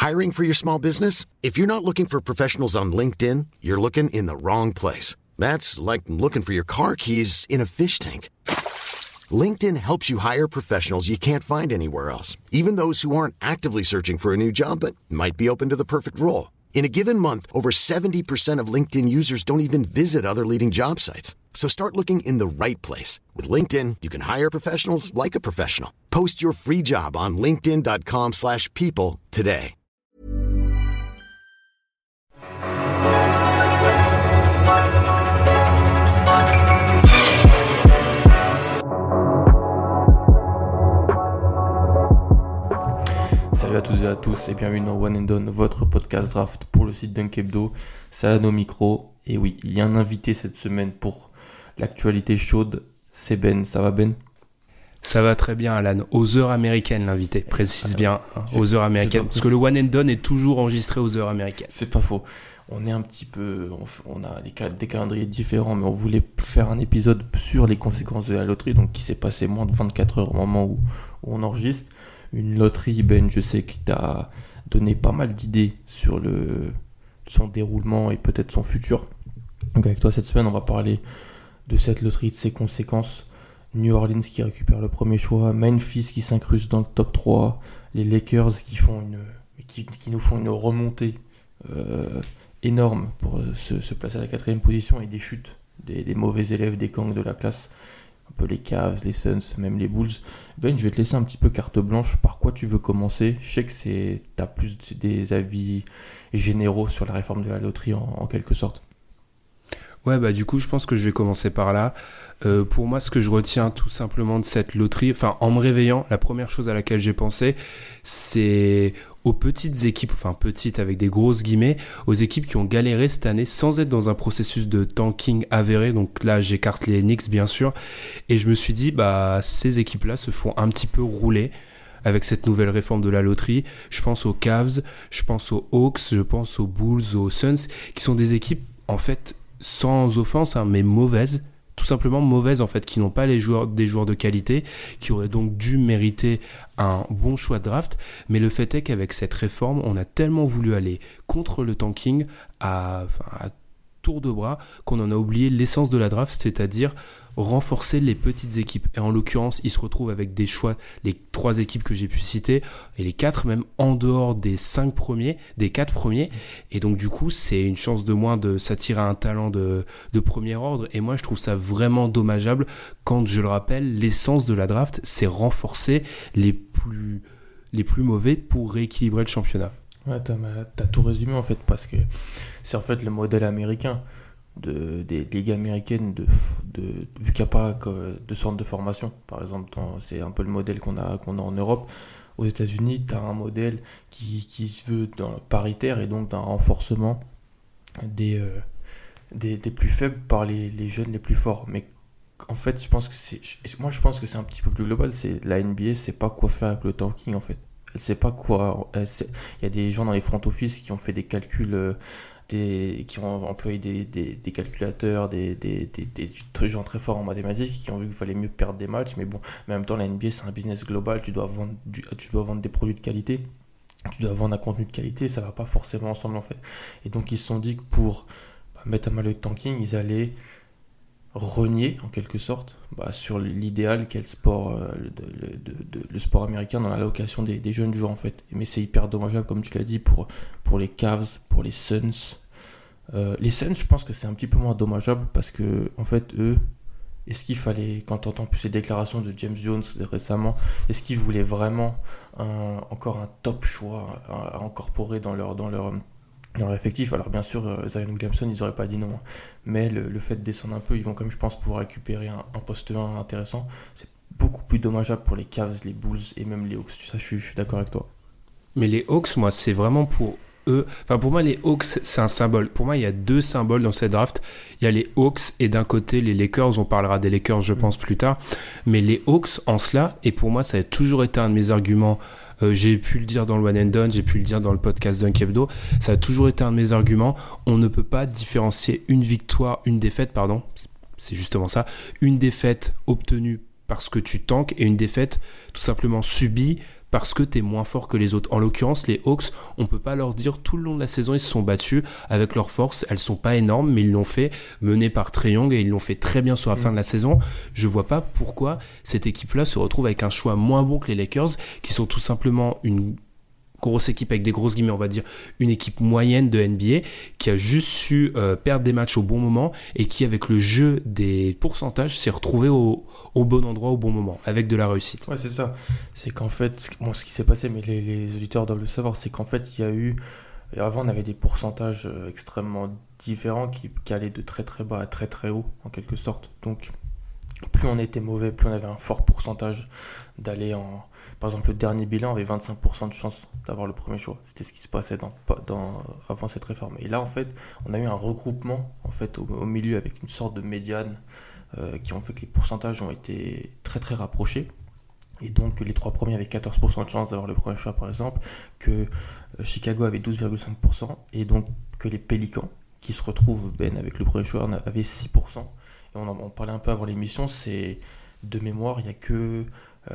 Hiring for your small business? If you're not looking for professionals on LinkedIn, you're looking in the wrong place. That's like looking for your car keys in a fish tank. LinkedIn helps you hire professionals you can't find anywhere else, even those who aren't actively searching for a new job but might be open to the perfect role. In a given month, over 70% of LinkedIn users don't even visit other leading job sites. So start looking in the right place. With LinkedIn, you can hire professionals like a professional. Post your free job on linkedin.com/people today. Salut à toutes et à tous et bienvenue dans One and Done, votre podcast draft pour le site Dunk Hebdo. C'est à nos micros. Et oui, il y a un invité cette semaine pour l'actualité chaude. C'est Ben. Ça va Ben? Ça va très bien Alan. Aux heures américaines l'invité, précise bien. Aux heures américaines. Parce que le One and Done est toujours enregistré aux heures américaines. C'est pas faux. On est un petit peu... On a des calendriers différents, mais on voulait faire un épisode sur les conséquences de la loterie, donc qui s'est passé moins de 24 heures au moment où on enregistre. Une loterie, Ben, je sais qu'il t'a donné pas mal d'idées sur son déroulement et peut-être son futur. Donc avec toi cette semaine, on va parler de cette loterie, de ses conséquences. New Orleans qui récupère le premier choix, Memphis qui s'incruste dans le top 3, les Lakers qui nous font une remontée énorme pour se placer à la 4e position et des chutes des mauvais élèves, des gangs de la classe. Un peu les Cavs, les Suns, même les Bulls. Ben, je vais te laisser un petit peu carte blanche. Par quoi tu veux commencer? Je sais que t'as plus des avis généraux sur la réforme de la loterie en quelque sorte. Ouais, bah du coup, je pense que je vais commencer par là. Pour moi, ce que je retiens tout simplement de cette loterie, enfin, en me réveillant, la première chose à laquelle j'ai pensé, c'est aux petites équipes, enfin petites avec des grosses guillemets, aux équipes qui ont galéré cette année sans être dans un processus de tanking avéré. Donc là, j'écarte les Knicks, bien sûr. Et je me suis dit, bah, ces équipes-là se font un petit peu rouler avec cette nouvelle réforme de la loterie. Je pense aux Cavs, je pense aux Hawks, je pense aux Bulls, aux Suns, qui sont des équipes, en fait, sans offense, hein, mais mauvaises, tout simplement mauvaises en fait, qui n'ont pas des joueurs de qualité, qui auraient donc dû mériter un bon choix de draft. Mais le fait est qu'avec cette réforme, on a tellement voulu aller contre le tanking à tour de bras qu'on en a oublié l'essence de la draft, c'est-à-dire renforcer les petites équipes. Et en l'occurrence, ils se retrouvent avec des choix, les 3 équipes que j'ai pu citer, et les 4 même en dehors des 4 premiers. Et donc du coup, c'est une chance de moins de s'attirer à un talent de premier ordre. Et moi, je trouve ça vraiment dommageable quand, je le rappelle, l'essence de la draft, c'est renforcer les plus mauvais pour rééquilibrer le championnat. Ouais, t'as tout résumé en fait, parce que c'est en fait le modèle américain des ligues américaines vu qu'il n'y a pas de centre de formation par exemple, c'est un peu le modèle qu'on a en Europe. Aux États-Unis, tu as un modèle qui se veut paritaire et donc d'un renforcement des plus faibles par les jeunes les plus forts. Mais en fait, je pense que c'est un petit peu plus global. C'est la NBA, c'est pas quoi faire avec le tanking en fait. Elle sait pas quoi. Il y a des gens dans les front office qui ont fait des calculs. Qui ont employé des calculateurs, des gens très forts en mathématiques qui ont vu qu'il fallait mieux perdre des matchs. Mais bon, en même temps, la NBA, c'est un business global. Tu dois vendre des produits de qualité, tu dois vendre un contenu de qualité. Ça va pas forcément ensemble en fait. Et donc, ils se sont dit que pour mettre à mal le tanking, ils allaient renier en quelque sorte sur l'idéal qu'est le sport, le sport américain dans l'allocation des jeunes joueurs en fait. Mais c'est hyper dommageable, comme tu l'as dit, pour les Cavs, pour les Suns. Les Suns, je pense que c'est un petit peu moins dommageable parce que en fait eux, est-ce qu'il fallait, quand on entend plus ces déclarations de James Jones récemment, est-ce qu'ils voulaient vraiment encore un top choix à incorporer dans leur effectif? Alors bien sûr, Zion Williamson, ils n'auraient pas dit non, mais le fait de descendre un peu, ils vont quand même, je pense, pouvoir récupérer un poste 1 intéressant. C'est beaucoup plus dommageable pour les Cavs, les Bulls et même les Hawks. Ça, je suis d'accord avec toi. Mais les Hawks, moi, c'est vraiment pour eux. Enfin, pour moi, les Hawks, c'est un symbole. Pour moi, il y a 2 symboles dans cette draft. Il y a les Hawks et d'un côté, les Lakers. On parlera des Lakers, je pense, plus tard. Mais les Hawks, en cela, et pour moi, ça a toujours été un de mes arguments. J'ai pu le dire dans le One and Done, j'ai pu le dire dans le podcast Dunk Hebdo. Ça a toujours été un de mes arguments. On ne peut pas différencier une défaite, c'est justement ça. Une défaite obtenue parce que tu tankes et une défaite tout simplement subie parce que t'es moins fort que les autres. En l'occurrence, les Hawks, on peut pas leur dire tout le long de la saison, ils se sont battus avec leurs forces. Elles sont pas énormes, mais ils l'ont fait, menés par Trae Young, et ils l'ont fait très bien sur la fin de la saison. Je vois pas pourquoi cette équipe-là se retrouve avec un choix moins bon que les Lakers, qui sont tout simplement une grosse équipe avec des grosses guillemets, on va dire une équipe moyenne de NBA qui a juste su perdre des matchs au bon moment et qui, avec le jeu des pourcentages, s'est retrouvé au bon endroit au bon moment avec de la réussite. Ouais, c'est ça. C'est qu'en fait, ce qui s'est passé, mais les auditeurs doivent le savoir, c'est qu'en fait, il y a eu. Avant, on avait des pourcentages extrêmement différents qui allaient de très très bas à très très haut, en quelque sorte. Donc, plus on était mauvais, plus on avait un fort pourcentage d'aller en. Par exemple, le dernier bilan avait 25% de chance d'avoir le premier choix. C'était ce qui se passait avant cette réforme. Et là, en fait, on a eu un regroupement en fait, au milieu avec une sorte de médiane qui ont fait que les pourcentages ont été très très rapprochés. Et donc, les 3 premiers avaient 14% de chance d'avoir le premier choix, par exemple, que Chicago avait 12,5%, et donc que les Pélicans, qui se retrouvent avec le premier choix, avaient 6%. Et on en parlait un peu avant l'émission, c'est de mémoire, il n'y a que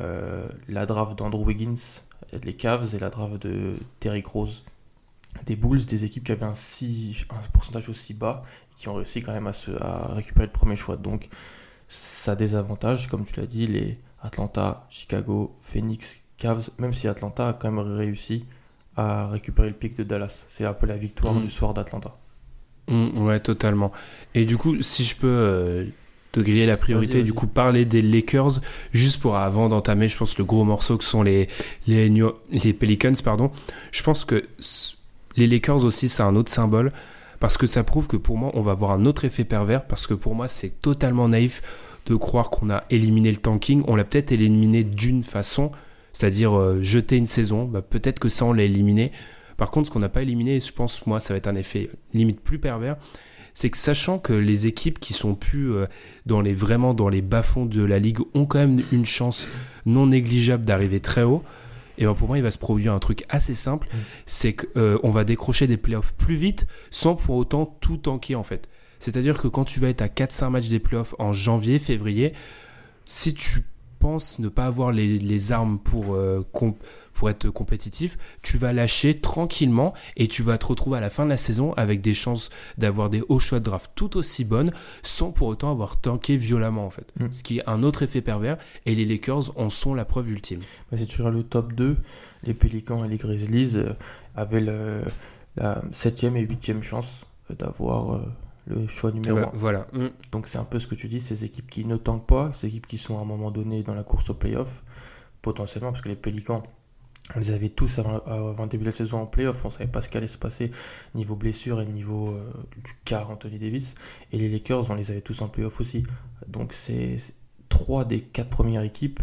la draft d'Andrew Wiggins, les Cavs, et la draft de Derrick Rose, des Bulls, des équipes qui avaient un pourcentage aussi bas, et qui ont réussi quand même à récupérer le premier choix. Donc, ça a des avantages, comme tu l'as dit, les Atlanta, Chicago, Phoenix, Cavs, même si Atlanta a quand même réussi à récupérer le pick de Dallas. C'est un peu la victoire du soir d'Atlanta. Ouais, totalement. Et du coup, si je peux te griller la priorité, du coup, parler des Lakers, juste pour avant d'entamer, je pense, le gros morceau que sont les Pelicans, pardon. Je pense que les Lakers aussi, c'est un autre symbole, parce que ça prouve que pour moi, on va avoir un autre effet pervers, parce que pour moi, c'est totalement naïf de croire qu'on a éliminé le tanking. On l'a peut-être éliminé d'une façon, c'est-à-dire jeter une saison. Peut-être que ça, on l'a éliminé. Par contre, ce qu'on n'a pas éliminé, je pense, moi, ça va être un effet limite plus pervers, c'est que sachant que les équipes qui sont plus vraiment dans les bas-fonds de la ligue ont quand même une chance non négligeable d'arriver très haut, et ben pour moi, il va se produire un truc assez simple, c'est qu'on va décrocher des playoffs plus vite sans pour autant tout tanker, en fait. C'est-à-dire que quand tu vas être à 4-5 matchs des playoffs en janvier, février, si tu penses ne pas avoir les armes pour être compétitif, tu vas lâcher tranquillement et tu vas te retrouver à la fin de la saison avec des chances d'avoir des hauts choix de draft tout aussi bonnes sans pour autant avoir tanké violemment, en fait. Ce qui est un autre effet pervers, et les Lakers en sont la preuve ultime. Si tu regardes le top 2, les Pelicans et les Grizzlies avaient la 7e et 8e chance d'avoir le choix numéro 1. Voilà. Donc c'est un peu ce que tu dis, ces équipes qui ne tankent pas, ces équipes qui sont à un moment donné dans la course au play-off, potentiellement, parce que les Pélicans, on les avait tous avant le début de la saison en play-off, on ne savait pas ce qu'allait se passer niveau blessure et niveau du cas Anthony Davis, et les Lakers, on les avait tous en play-off aussi. Donc c'est 3 des 4 premières équipes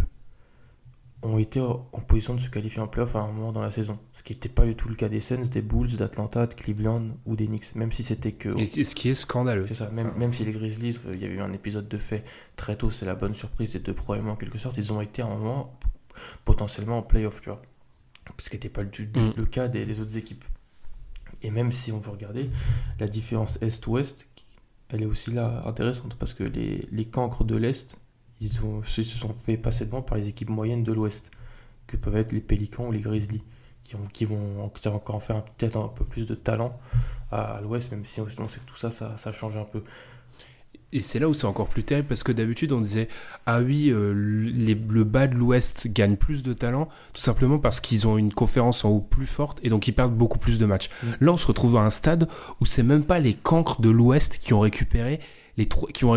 ont été en position de se qualifier en play-off à un moment dans la saison. Ce qui n'était pas du tout le cas des Suns, des Bulls, d'Atlanta, de Cleveland ou des Knicks, même si c'était que... Et ce qui est scandaleux. C'est ça, même si les Grizzlies, il y avait eu un épisode de fait très tôt, c'est la bonne surprise des 2 premiers mois en quelque sorte, ils ont été à un moment potentiellement en play-off, tu vois. Ce qui n'était pas le cas des autres équipes. Et même si on veut regarder, la différence Est-Ouest, elle est aussi là intéressante, parce que les cancres de l'Est, ils se sont fait passer devant par les équipes moyennes de l'Ouest, que peuvent être les Pélicans ou les Grizzlies, qui vont encore faire peut-être un peu plus de talent à l'Ouest, même si on sait que tout ça change un peu. Et c'est là où c'est encore plus terrible, parce que d'habitude on disait ah oui, le bas de l'Ouest gagne plus de talent, tout simplement parce qu'ils ont une conférence en haut plus forte et donc ils perdent beaucoup plus de matchs. Là on se retrouve à un stade où c'est même pas les cancres de l'Ouest qui ont récupéré les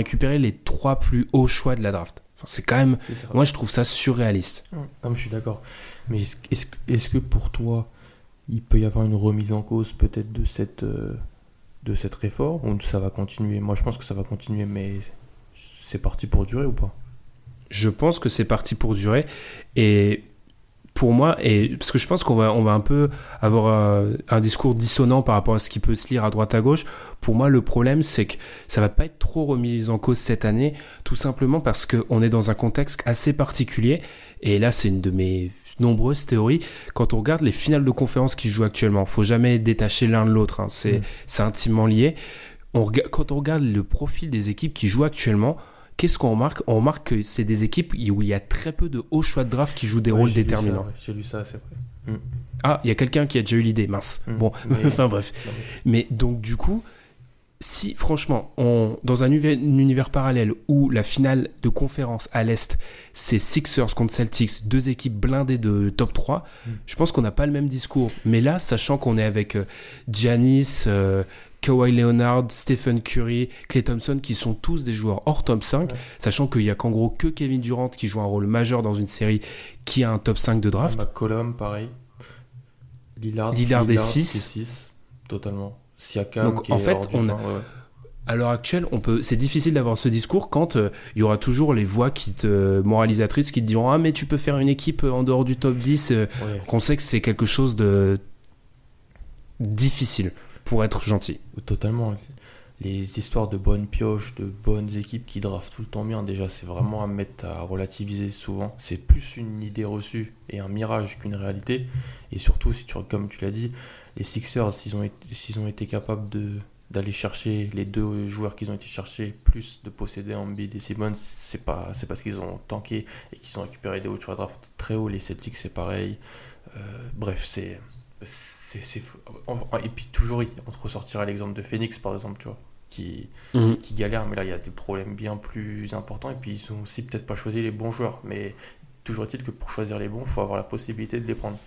3 plus hauts choix de la draft. Enfin, c'est quand même, moi je trouve ça surréaliste. Non, mais je suis d'accord. Mais est-ce que pour toi il peut y avoir une remise en cause peut-être de cette réforme, ou ça va continuer? Moi je pense que ça va continuer, mais c'est parti pour durer ou pas? Je pense que c'est parti pour durer, et pour moi, parce que je pense qu'on va un peu avoir un discours dissonant par rapport à ce qui peut se lire à droite à gauche. Pour moi, le problème, c'est que ça va pas être trop remis en cause cette année, tout simplement parce qu'on est dans un contexte assez particulier, et là c'est une de mes nombreuses théories. Quand on regarde les finales de conférence qui se jouent actuellement, faut jamais détacher l'un de l'autre, c'est intimement lié. Quand on regarde le profil des équipes qui jouent actuellement, qu'est-ce qu'on remarque ? On remarque que c'est des équipes où il y a très peu de hauts choix de draft qui jouent des rôles déterminants. J'ai lu ça, c'est vrai. Ah, il y a quelqu'un qui a déjà eu l'idée, mince. Bon, enfin bref. Mais donc du coup, si franchement, dans un univers parallèle où la finale de conférence à l'Est, c'est Sixers contre Celtics, 2 équipes blindées de top 3, je pense qu'on n'a pas le même discours. Mais là, sachant qu'on est avec Giannis, Kawhi Leonard, Stephen Curry, Klay Thompson, qui sont tous des joueurs hors top 5, sachant qu'il n'y a qu'en gros que Kevin Durant qui joue un rôle majeur dans une série qui a un top 5 de draft. McCollum, pareil. Lillard est 6. Totalement. Siakam, donc en fait, à l'heure actuelle, c'est difficile d'avoir ce discours quand il y aura toujours les voix moralisatrices qui te diront ah mais tu peux faire une équipe en dehors du top 10 qu'on sait que c'est quelque chose de difficile pour être gentil. Totalement. Les histoires de bonnes pioches, de bonnes équipes qui draftent tout le temps bien, déjà c'est vraiment à relativiser souvent. C'est plus une idée reçue et un mirage qu'une réalité. Et surtout, comme tu l'as dit, les Sixers, s'ils ont été capables d'aller chercher les 2 joueurs qu'ils ont été chercher, plus de posséder Embiid et Simmons, c'est parce qu'ils ont tanké et qu'ils ont récupéré des hauts choix de draft très haut. Les Celtics, c'est pareil. Bref, c'est et puis toujours on te ressortira l'exemple de Phoenix par exemple, tu vois, qui galère, mais là il y a des problèmes bien plus importants, et puis ils ont aussi peut-être pas choisi les bons joueurs, mais toujours est-il que pour choisir les bons, il faut avoir la possibilité de les prendre.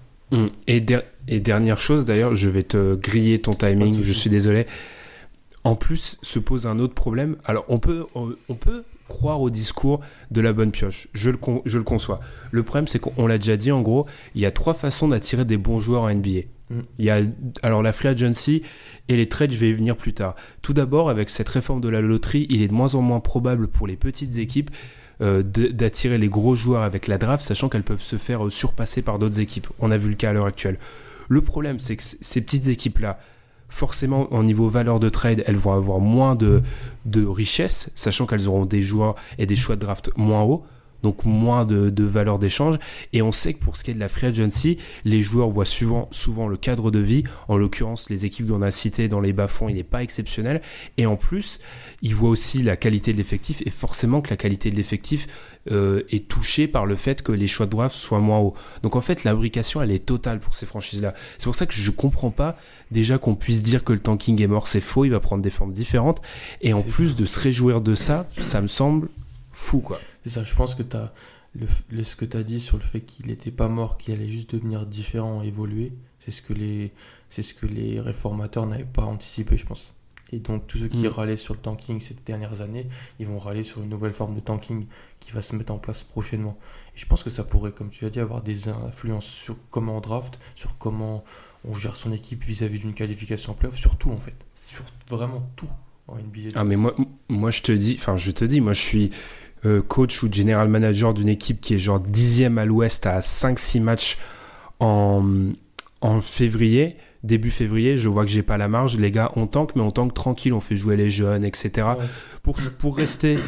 Et dernière chose d'ailleurs, je vais te griller ton timing, je suis désolé. En plus se pose un autre problème. Alors on peut croire au discours de la bonne pioche, je le conçois. Le problème c'est qu'on l'a déjà dit, en gros il y a 3 façons d'attirer des bons joueurs en NBA. Il y a alors la free agency et les trades, je vais y venir plus tard. Tout d'abord, avec cette réforme de la loterie, il est de moins en moins probable pour les petites équipes d'attirer les gros joueurs avec la draft, sachant qu'elles peuvent se faire surpasser par d'autres équipes. On a vu le cas à l'heure actuelle. Le problème c'est que ces petites équipes là, forcément, au niveau valeur de trade, elles vont avoir moins de richesse, sachant qu'elles auront des joueurs et des choix de draft moins hauts, donc moins de valeur d'échange. Et on sait que pour ce qui est de la free agency, les joueurs voient souvent le cadre de vie. En l'occurrence, les équipes qu'on a citées dans les bas-fonds, il n'est pas exceptionnel. Et en plus, ils voient aussi la qualité de l'effectif, et forcément que la qualité de l'effectif est touchée par le fait que les choix de draft soient moins hauts. Donc en fait, l'imbrication, elle est totale pour ces franchises-là. C'est pour ça que je comprends pas déjà qu'on puisse dire que le tanking est mort, c'est faux, il va prendre des formes différentes. Et en plus de se réjouir de ça, ça me semble fou, quoi. C'est ça, je pense que tu as ce que tu as dit sur le fait qu'il n'était pas mort, qu'il allait juste devenir différent, évoluer. C'est ce que les réformateurs n'avaient pas anticipé, je pense. Et donc tous ceux qui râlaient sur le tanking ces dernières années, ils vont râler sur une nouvelle forme de tanking qui va se mettre en place prochainement. Et je pense que ça pourrait, comme tu as dit, avoir des influences sur comment on draft, sur comment on gère son équipe vis-à-vis d'une qualification en playoff, sur tout en fait, sur vraiment tout en NBA. Ah mais moi je te dis, moi je suis coach ou general manager d'une équipe qui est genre 10e à l'ouest à 5-6 matchs en février. Début février, je vois que j'ai pas la marge. Les gars, on tank, mais on tank tranquille, on fait jouer les jeunes, etc. Ouais. Pour rester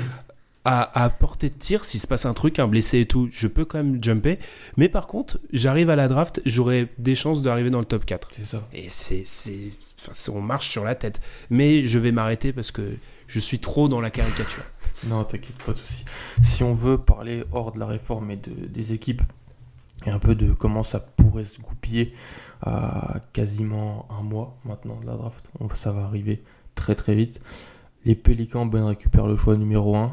à portée de tir, s'il se passe un truc, un blessé et tout, je peux quand même jumper. Mais par contre, j'arrive à la draft, j'aurai des chances d'arriver dans le top 4. C'est ça. Et on marche sur la tête. Mais je vais m'arrêter parce que je suis trop dans la caricature. Non, t'inquiète, pas de souci. Si on veut parler hors de la réforme et des équipes, et un peu de comment ça pourrait se goupiller à quasiment un mois maintenant de la draft, ça va arriver très très vite. Les Pelicans récupèrent le choix numéro 1.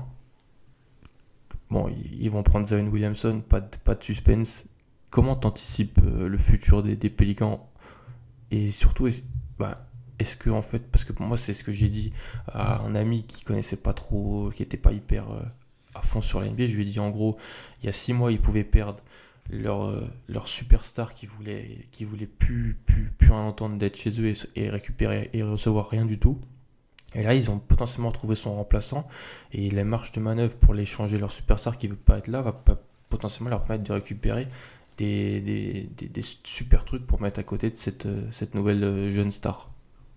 Bon, ils vont prendre Zion Williamson, pas de suspense. Comment t'anticipes le futur des Pelicans? Et surtout, est-ce que en fait, parce que pour moi c'est ce que j'ai dit à un ami qui connaissait pas trop, qui était pas hyper à fond sur la NBA, je lui ai dit en gros, il y a 6 mois ils pouvaient perdre leur superstar qui voulait plus rien entendre d'être chez eux et récupérer et recevoir rien du tout. Et là, ils ont potentiellement trouvé son remplaçant, et la marge de manœuvre pour l'échanger leur superstar qui veut pas être là va potentiellement leur permettre de récupérer des super trucs pour mettre à côté de cette nouvelle jeune star.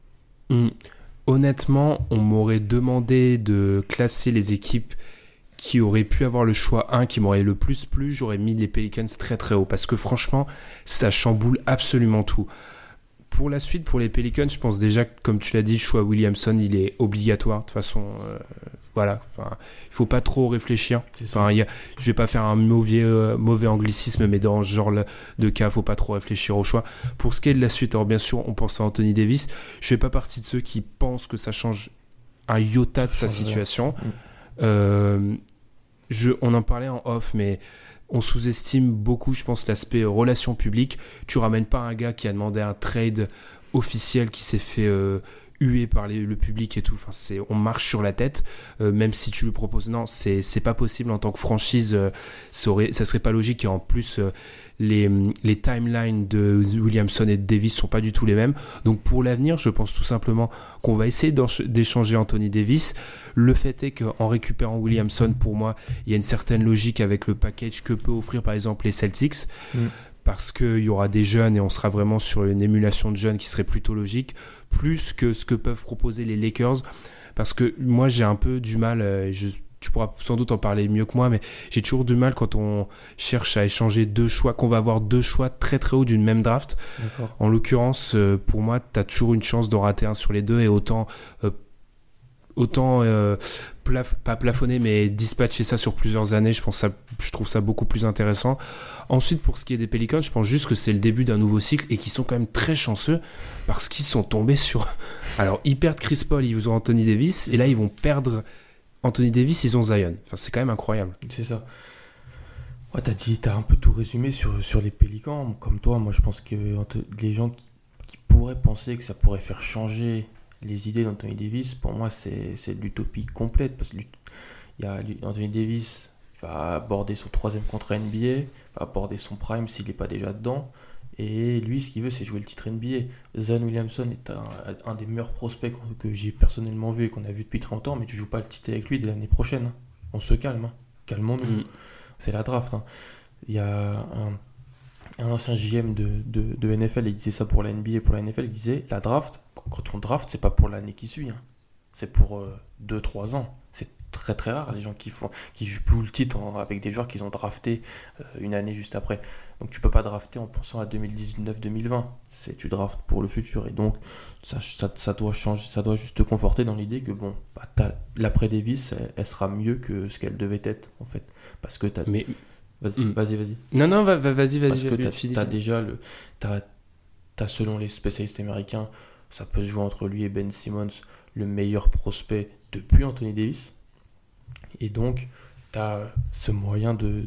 Honnêtement, on m'aurait demandé de classer les équipes qui auraient pu avoir le choix 1, qui m'aurait le plus plu, j'aurais mis les Pelicans très très haut, parce que franchement, ça chamboule absolument tout. Pour la suite, pour les Pelicans, je pense déjà que, comme tu l'as dit, le choix Williamson, il est obligatoire. De toute façon, Voilà, enfin, il faut pas trop réfléchir. Enfin, je vais pas faire un mauvais anglicisme, mais dans ce genre de cas, faut pas trop réfléchir au choix. Pour ce qui est de la suite, alors bien sûr, on pense à Anthony Davis. Je fais pas partie de ceux qui pensent que ça change un iota de sa situation. On en parlait en off, mais on sous-estime beaucoup, je pense, l'aspect relations publiques. Tu ramènes pas un gars qui a demandé un trade officiel qui s'est fait hué par le public et tout. Enfin, on marche sur la tête. Même si tu lui proposes, non, c'est pas possible en tant que franchise. Ça serait pas logique. Et en plus, les timelines de Williamson et de Davis sont pas du tout les mêmes. Donc pour l'avenir, je pense tout simplement qu'on va essayer d'échanger Anthony Davis. Le fait est qu'en récupérant Williamson, pour moi, il y a une certaine logique avec le package que peut offrir par exemple les Celtics. Parce qu'il y aura des jeunes et on sera vraiment sur une émulation de jeunes qui serait plutôt logique, plus que ce que peuvent proposer les Lakers. Parce que moi, j'ai un peu du mal, tu pourras sans doute en parler mieux que moi, mais j'ai toujours du mal quand on cherche à échanger deux choix, qu'on va avoir deux choix très très hauts d'une même draft. D'accord. En l'occurrence, pour moi, tu as toujours une chance d'en rater un sur les deux et autant pas plafonner, mais dispatcher ça sur plusieurs années. Je trouve ça beaucoup plus intéressant. Ensuite, pour ce qui est des Pelicans, je pense juste que c'est le début d'un nouveau cycle et qu'ils sont quand même très chanceux parce qu'ils sont tombés sur... Alors, ils perdent Chris Paul, ils ont Anthony Davis, et là, ils vont perdre Anthony Davis, ils ont Zion. Enfin, c'est quand même incroyable. C'est ça. Ouais, t'as un peu tout résumé sur les Pélicans. Comme toi, moi, je pense que les gens qui pourraient penser que ça pourrait faire changer les idées d'Anthony Davis, pour moi, c'est de l'utopie complète. Parce que Anthony Davis va aborder son 3e contrat NBA, va aborder son prime s'il n'est pas déjà dedans. Et lui, ce qu'il veut, c'est jouer le titre NBA. Zion Williamson est un des meilleurs prospects que j'ai personnellement vu et qu'on a vu depuis 30 ans, mais tu joues pas le titre avec lui dès l'année prochaine. On se calme. Calmons-nous. C'est la draft. Il y a un ancien GM de NFL, il disait ça pour la NBA et pour la NFL, il disait la draft, quand on draft, c'est pas pour l'année qui suit. C'est pour 2-3 ans. C'est très très rare les gens qui jouent le titre avec des joueurs qu'ils ont drafté une année juste après. Donc tu peux pas drafter en pensant à 2019-2020. Tu draftes pour le futur et donc ça doit changer, ça doit juste te conforter dans l'idée que l'après Davis, elle sera mieux que ce qu'elle devait être en fait, parce que Vas-y. Non, vas-y. Parce que t'as déjà t'as selon les spécialistes américains, ça peut se jouer entre lui et Ben Simmons, le meilleur prospect depuis Anthony Davis. Et donc, t'as ce moyen de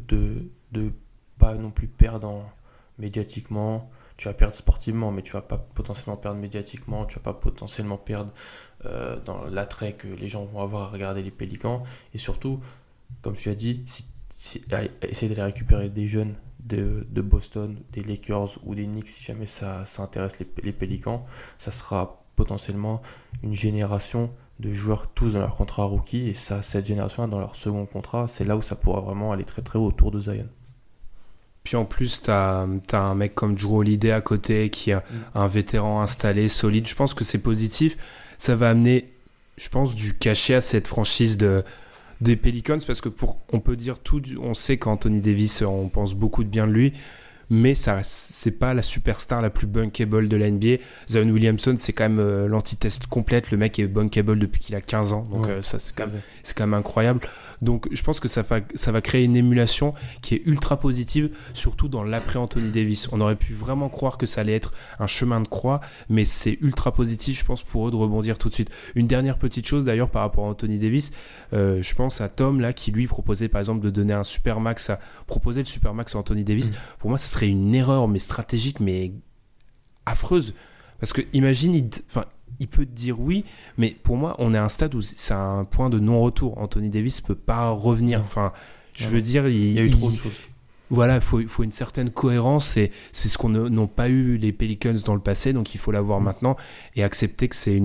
pas non plus perdre médiatiquement. Tu vas perdre sportivement, mais tu vas pas potentiellement perdre médiatiquement. Tu vas pas potentiellement perdre dans l'attrait que les gens vont avoir à regarder les Pélicans. Et surtout, comme tu as dit, essayer d'aller récupérer des jeunes de Boston, des Lakers ou des Knicks, si jamais ça intéresse les Pélicans, ça sera potentiellement une génération de joueurs tous dans leur contrat rookie, et cette génération dans leur second contrat, c'est là où ça pourra vraiment aller très très haut autour de Zion. Puis en plus, t'as un mec comme Jrue Holiday à côté qui est un vétéran installé, solide. Je pense que c'est positif. Ça va amener, je pense, du cachet à cette franchise des Pelicans, parce que on peut dire tout, on sait qu'Anthony Davis, on pense beaucoup de bien de lui, mais c'est pas la superstar la plus bunkable de la NBA. Zion Williamson, c'est quand même l'antithèse complète. Le mec est bunkable depuis qu'il a 15 ans, donc ça c'est quand même incroyable. Donc je pense que ça va créer une émulation qui est ultra positive, surtout dans l'après Anthony Davis. On aurait pu vraiment croire que ça allait être un chemin de croix, mais c'est ultra positif, je pense, pour eux de rebondir tout de suite. Une dernière petite chose d'ailleurs par rapport à Anthony Davis, je pense à Tom là qui lui proposait par exemple de donner un supermax proposer le supermax à Anthony Davis. Pour moi ça serait une erreur mais stratégique mais affreuse, parce que imagine il peut te dire oui, mais pour moi on est à un stade où c'est un point de non-retour. Anthony Davis peut pas revenir, je veux dire il y a eu trop de choses. Voilà, il faut une certaine cohérence, et c'est ce qu'on n'ont pas eu les Pelicans dans le passé, donc il faut l'avoir maintenant et accepter que c'est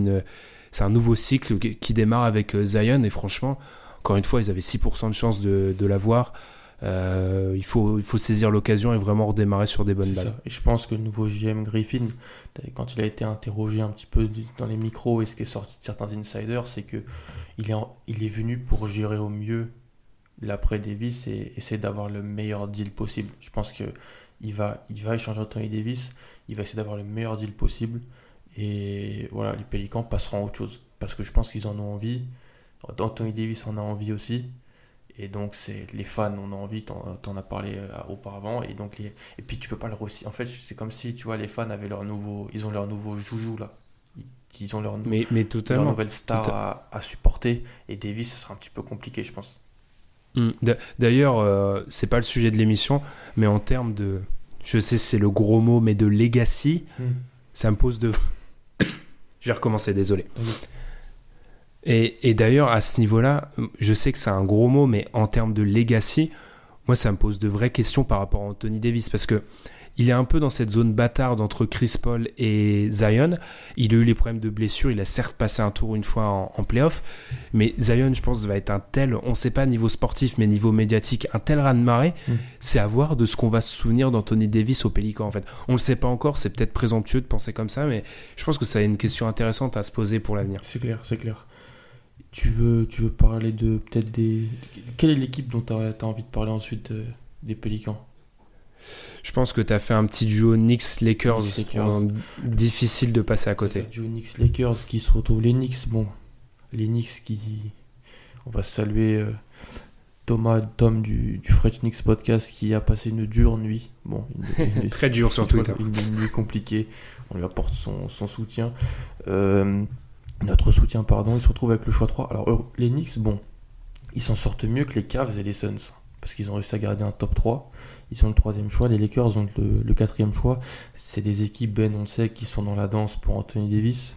un nouveau cycle qui démarre avec Zion. Et franchement, encore une fois, ils avaient 6% de chance de l'avoir. Il faut saisir l'occasion et vraiment redémarrer sur des bonnes bases. Et je pense que le nouveau GM Griffin, quand il a été interrogé un petit peu dans les micros et ce qui est sorti de certains insiders, c'est que il est venu pour gérer au mieux l'après Davis et essayer d'avoir le meilleur deal possible. Je pense que il va échanger Anthony Davis, il va essayer d'avoir le meilleur deal possible, et voilà, les Pélicans passeront à autre chose parce que je pense qu'ils en ont envie. Anthony Davis en a envie aussi. Et donc, les fans en ont envie, t'en as parlé auparavant. Et donc, et puis, tu peux pas le recycler. En fait, c'est comme si, tu vois, les fans avaient ils ont leur nouveau joujou, là. Ils ont Mais leur totalement. nouvelle star à supporter. Et Davis, ça sera un petit peu compliqué, je pense. D'ailleurs, c'est pas le sujet de l'émission, mais en termes de... Je sais, c'est le gros mot, mais de legacy, ça me pose de... Je vais recommencer, désolé. Et d'ailleurs, à ce niveau-là, je sais que c'est un gros mot, mais en termes de legacy, moi, ça me pose de vraies questions par rapport à Anthony Davis, parce que il est un peu dans cette zone bâtarde entre Chris Paul et Zion. Il a eu les problèmes de blessure, il a certes passé un tour une fois en playoff, mais Zion, je pense, va être un tel, on ne sait pas niveau sportif, mais niveau médiatique, un tel raz-de-marée, c'est à voir de ce qu'on va se souvenir d'Anthony Davis au Pélican, en fait. On ne le sait pas encore, c'est peut-être présomptueux de penser comme ça, mais je pense que ça a une question intéressante à se poser pour l'avenir. C'est clair, c'est clair. Tu veux parler de peut-être des... Quelle est l'équipe dont tu as envie de parler ensuite des Pélicans? Je pense que tu as fait un petit duo Knicks-Lakers. Difficile de passer à côté. C'est duo Knicks-Lakers qui se retrouvent. Les Knicks, bon. Les Knicks qui... On va saluer Tom du French Knicks Podcast qui a passé une dure nuit. Bon, très dure sur Twitter. Une nuit compliquée. On lui apporte son soutien. Notre soutien, pardon. Il se retrouve avec le choix 3. Alors, les Knicks, bon, ils s'en sortent mieux que les Cavs et les Suns. Parce qu'ils ont réussi à garder un top 3. Ils ont le 3e choix. Les Lakers ont le 4e choix. C'est des équipes, on le sait, qui sont dans la danse pour Anthony Davis.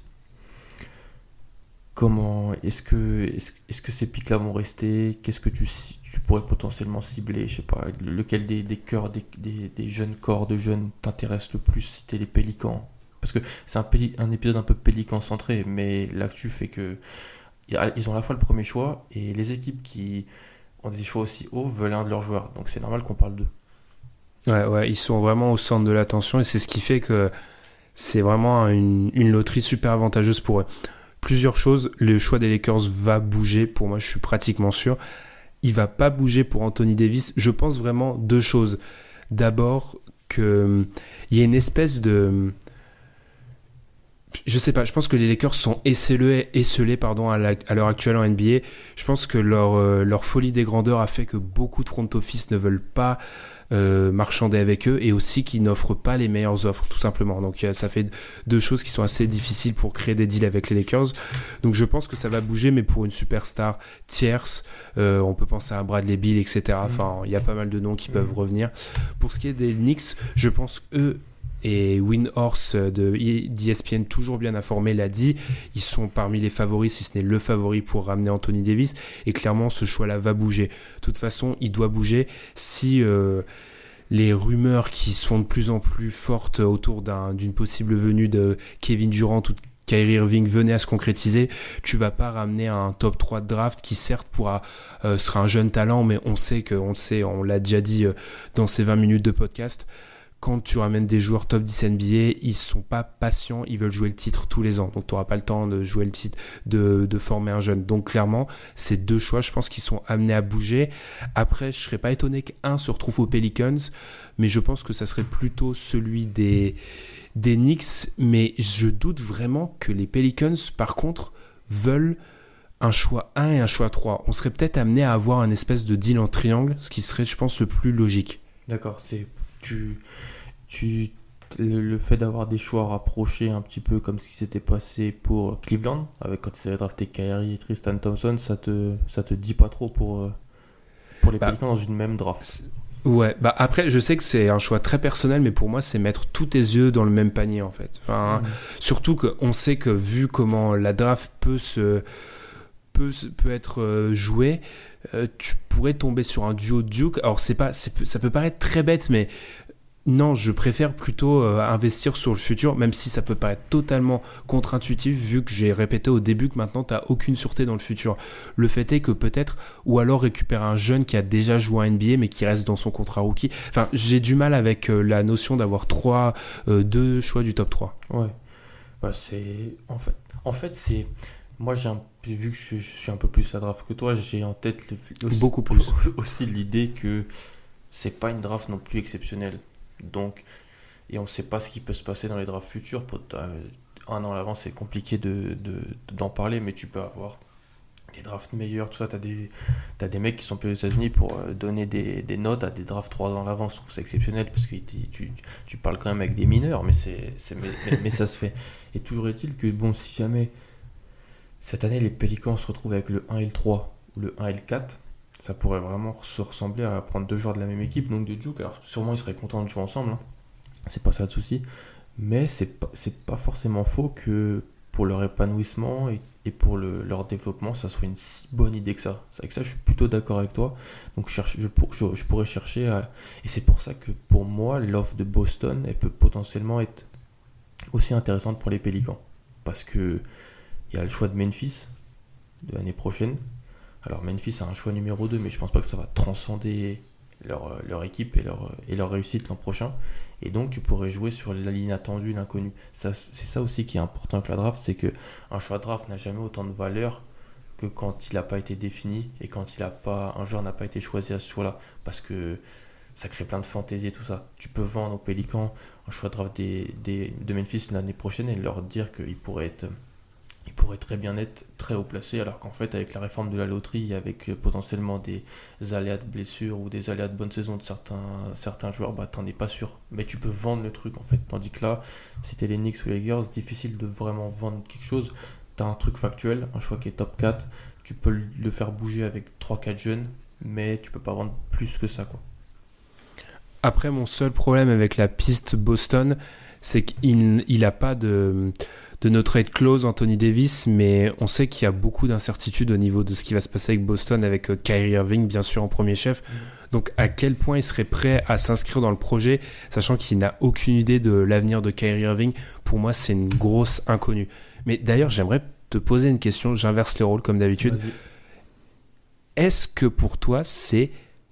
Comment est-ce que ces pics-là vont rester? Qu'est-ce que tu pourrais potentiellement cibler? Je sais pas, lequel des cœurs, des jeunes corps de jeunes t'intéresse le plus si t'es les Pélicans? Parce que c'est un épisode un peu Pélican centré, mais l'actu fait que ils ont à la fois le premier choix et les équipes qui ont des choix aussi hauts veulent un de leurs joueurs. Donc c'est normal qu'on parle d'eux. Ouais, ils sont vraiment au centre de l'attention et c'est ce qui fait que c'est vraiment une loterie super avantageuse pour eux. Plusieurs choses, le choix des Lakers va bouger, pour moi je suis pratiquement sûr. Il va pas bouger pour Anthony Davis. Je pense vraiment deux choses. D'abord, qu'il y a une espèce de... Je sais pas, je pense que les Lakers sont esselés à l'heure actuelle en NBA. Je pense que leur folie des grandeurs a fait que beaucoup de front office ne veulent pas marchander avec eux et aussi qu'ils n'offrent pas les meilleures offres, tout simplement. Donc ça fait deux choses qui sont assez difficiles pour créer des deals avec les Lakers. Donc je pense que ça va bouger, mais pour une superstar tierce, on peut penser à Bradley Beal, etc. Enfin, il y a pas mal de noms qui peuvent revenir. Pour ce qui est des Knicks, je pense qu'eux et Windhorst d'ESPN, toujours bien informé, l'a dit, ils sont parmi les favoris, si ce n'est le favori pour ramener Anthony Davis, et clairement ce choix-là va bouger. De toute façon, il doit bouger si les rumeurs qui sont de plus en plus fortes autour d'une possible venue de Kevin Durant ou de Kyrie Irving venaient à se concrétiser. Tu vas pas ramener un top 3 de draft qui certes sera un jeune talent, mais on l'a déjà dit dans ces 20 minutes de podcast. Quand tu ramènes des joueurs top 10 NBA, ils sont pas patients, ils veulent jouer le titre tous les ans. Donc tu n'auras pas le temps de jouer le titre, de former un jeune. Donc clairement, ces deux choix, je pense qu'ils sont amenés à bouger. Après, je serais pas étonné qu'un se retrouve aux Pelicans, mais je pense que ça serait plutôt celui des Knicks. Mais je doute vraiment que les Pelicans, par contre, veulent un choix 1 et un choix 3. On serait peut-être amené à avoir un espèce de deal en triangle, ce qui serait, je pense, le plus logique. D'accord, le fait d'avoir des choix rapprochés un petit peu comme ce qui s'était passé pour Cleveland quand ils avaient drafté Kyrie et Tristan Thompson, ça te dit pas trop pour les Pelicans dans une même draft? Ouais, après je sais que c'est un choix très personnel, mais pour moi c'est mettre tous tes œufs dans le même panier en fait. Surtout qu'on sait que vu comment la draft peut être jouée, tu pourrais tomber sur un duo Duke. Alors ça peut paraître très bête, mais non, je préfère plutôt investir sur le futur, même si ça peut paraître totalement contre-intuitif, vu que j'ai répété au début que maintenant tu n'as aucune sûreté dans le futur. Le fait est que peut-être, ou alors récupérer un jeune qui a déjà joué à NBA mais qui reste dans son contrat rookie. Enfin, j'ai du mal avec la notion d'avoir deux choix du top 3. Ouais, c'est en fait c'est... Moi, vu que je suis un peu plus à draft que toi, j'ai en tête beaucoup plus aussi l'idée que c'est pas une draft non plus exceptionnelle. Donc, et on ne sait pas ce qui peut se passer dans les drafts futurs. Un an à l'avance, c'est compliqué d'en parler, mais tu peux avoir des drafts meilleurs, tout ça. T'as des mecs qui sont payés aux États-Unis pour donner des notes à des drafts 3 ans à l'avance. Je trouve ça exceptionnel parce que tu parles quand même avec des mineurs, mais mais ça se fait. Et toujours est-il que, bon, si jamais cette année les Pelicans se retrouvent avec le 1 et le 3 ou le 1 et le 4, ça pourrait vraiment se ressembler à prendre 2 joueurs de la même équipe, donc de Duke. Alors sûrement ils seraient contents de jouer ensemble, hein. C'est pas ça le souci, mais c'est pas forcément faux que pour leur épanouissement et pour leur développement, ça soit une si bonne idée que ça. C'est avec ça, je suis plutôt d'accord avec toi. Donc je pourrais chercher et c'est pour ça que pour moi, l'offre de Boston, elle peut potentiellement être aussi intéressante pour les Pélicans. Parce que il y a le choix de Memphis de l'année prochaine. Alors Memphis a un choix numéro 2, mais je pense pas que ça va transcender leur équipe et leur réussite l'an prochain. Et donc tu pourrais jouer sur la ligne attendue, l'inconnu. C'est ça aussi qui est important avec la draft, c'est qu'un choix de draft n'a jamais autant de valeur que quand il n'a pas été défini et quand un joueur n'a pas été choisi à ce choix-là. Parce que ça crée plein de fantaisie et tout ça. Tu peux vendre aux Pélicans un choix de draft de Memphis l'année prochaine et leur dire qu'il pourrait très bien être très haut placé, alors qu'en fait avec la réforme de la loterie, avec potentiellement des aléas de blessures ou des aléas de bonne saison de certains joueurs, bah t'en es pas sûr, mais tu peux vendre le truc en fait, tandis que là si t'es les Knicks ou les Lakers, c'est difficile de vraiment vendre quelque chose. T'as un truc factuel, un choix qui est top 4, tu peux le faire bouger avec 3-4 jeunes, mais tu peux pas vendre plus que ça, quoi. Après, mon seul problème avec la piste Boston, c'est qu'il n'a pas de no trade clause Anthony Davis, mais on sait qu'il y a beaucoup d'incertitudes au niveau de ce qui va se passer avec Boston, avec Kyrie Irving bien sûr en premier chef. Donc à quel point il serait prêt à s'inscrire dans le projet, sachant qu'il n'a aucune idée de l'avenir de Kyrie Irving. Pour moi, c'est une grosse inconnue. Mais d'ailleurs, j'aimerais te poser une question, j'inverse les rôles comme d'habitude. Vas-y. Est-ce que pour toi, c'est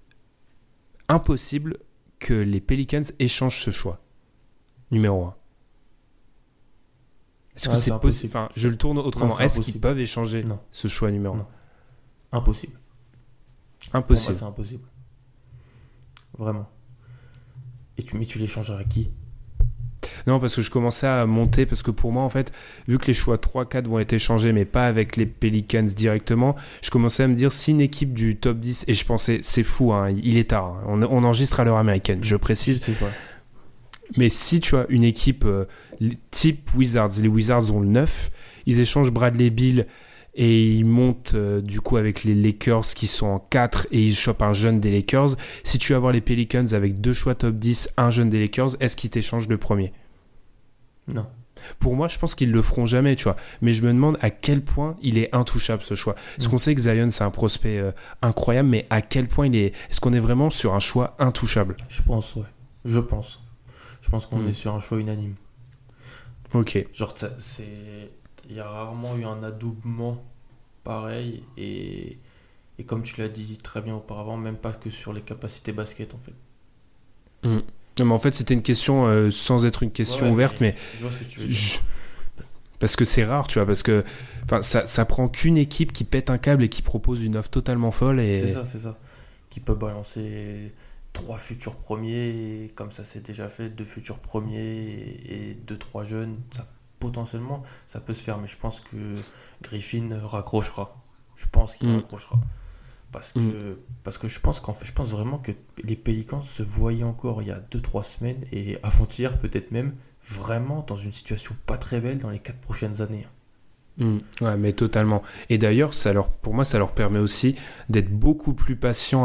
impossible que les Pelicans échangent ce choix numéro 1? Est-ce que c'est possible? Enfin, je le tourne autrement. Non, est-ce qu'ils peuvent échanger ce choix numéro 1? Non. Impossible. Impossible. Pour moi, c'est impossible. Vraiment. Mais tu l'échangeras à qui? Non, parce que je commençais à monter, parce que pour moi, en fait, vu que les choix 3-4 vont être échangés, mais pas avec les Pelicans directement, je commençais à me dire, si une équipe du top 10, et je pensais, c'est fou, hein, il est tard, hein, on enregistre à l'heure américaine, je précise. Mais si tu as une équipe type Wizards, les Wizards ont le 9, ils échangent Bradley Beal et ils montent du coup avec les Lakers qui sont en 4 et ils chopent un jeune des Lakers. Si tu vas voir les Pelicans avec 2 choix top 10, un jeune des Lakers, est-ce qu'ils t'échangent le premier? Non. Pour moi, je pense qu'ils le feront jamais, tu vois. Mais je me demande à quel point il est intouchable, ce choix. Parce qu'on sait que Zion, c'est un prospect incroyable, mais à quel point est-ce qu'on est vraiment sur un choix intouchable? Je pense, ouais. Je pense qu'on est sur un choix unanime. Ok. Genre, il y a rarement eu un adoubement pareil, et comme tu l'as dit très bien auparavant, même pas que sur les capacités basket, en fait. Non, mais en fait, c'était une question sans être une question ouverte, mais je vois ce que tu veux dire. Parce que c'est rare, tu vois, parce que ça prend qu'une équipe qui pète un câble et qui propose une offre totalement folle. Et... C'est ça. Qui peut balancer 3 futurs premiers, et comme ça c'est déjà fait, 2 futurs premiers et 2-3 jeunes. Potentiellement, ça peut se faire, mais je pense que Griffin raccrochera. Je pense qu'il raccrochera. Parce que je pense vraiment que les Pelicans se voyaient encore il y a 2-3 semaines et avant-hier peut-être même vraiment dans une situation pas très belle dans les 4 prochaines années. Ouais, mais totalement. Et d'ailleurs, pour moi, ça leur permet aussi d'être beaucoup plus patient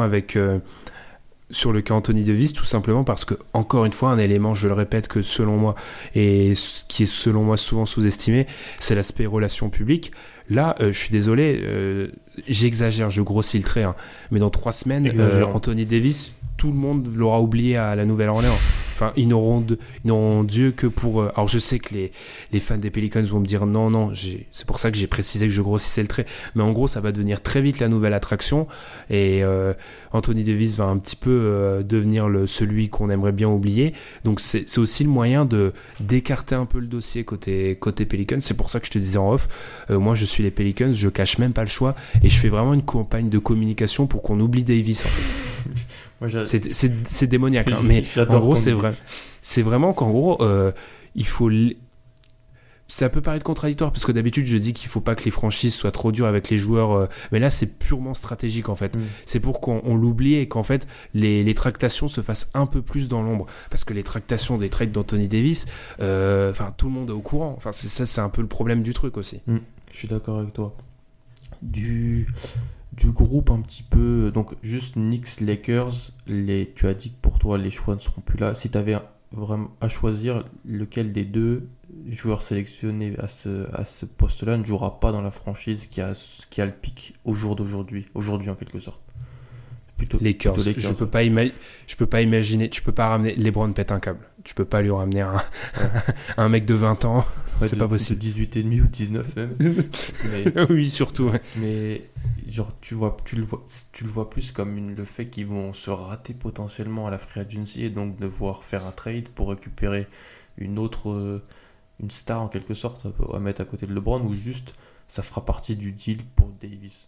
sur le cas Anthony Davis, tout simplement parce que, encore une fois, un élément, je le répète, que selon moi, et qui est selon moi souvent sous-estimé, c'est l'aspect relations publiques. Là, je suis désolé, j'exagère, je grossis le trait, hein, mais dans 3 semaines, Anthony Davis, tout le monde l'aura oublié à la Nouvelle-Orléans. Enfin, ils n'auront Dieu que pour... Alors, je sais que les fans des Pelicans vont me dire non, c'est pour ça que j'ai précisé que je grossissais le trait. Mais en gros, ça va devenir très vite la nouvelle attraction. Et Anthony Davis va un petit peu devenir celui qu'on aimerait bien oublier. Donc, c'est aussi le moyen d'écarter un peu le dossier côté Pelicans. C'est pour ça que je te disais en off, moi, je suis les Pelicans, je cache même pas le choix. Et je fais vraiment une campagne de communication pour qu'on oublie Davis, en fait. C'est démoniaque, hein, mais en gros c'est vraiment qu'en gros il faut ça peut paraître contradictoire parce que d'habitude je dis qu'il faut pas que les franchises soient trop dures avec les joueurs, mais là c'est purement stratégique en fait. C'est pour qu'on l'oublie et qu'en fait les tractations se fassent un peu plus dans l'ombre, parce que les tractations des trades d'Anthony Davis, tout le monde est au courant. Enfin c'est un peu le problème du truc aussi. Je suis d'accord avec toi. Du groupe un petit peu, donc juste Knicks, Lakers, tu as dit que pour toi les choix ne seront plus là. Si tu avais vraiment à choisir, lequel des deux joueurs sélectionnés à ce poste-là ne jouera pas dans la franchise qui a le pic au jour d'aujourd'hui, en quelque sorte? Lakers. Je peux pas imaginer, tu peux pas ramener LeBron pète un câble. Tu peux pas lui ramener un mec de 20 ans, c'est pas possible. 18 et demi ou 19 même. Oui, surtout. Ouais. Mais genre tu le vois plus comme le fait qu'ils vont se rater potentiellement à la free agency et donc devoir faire un trade pour récupérer une star en quelque sorte à mettre à côté de LeBron, ou juste ça fera partie du deal pour Davis.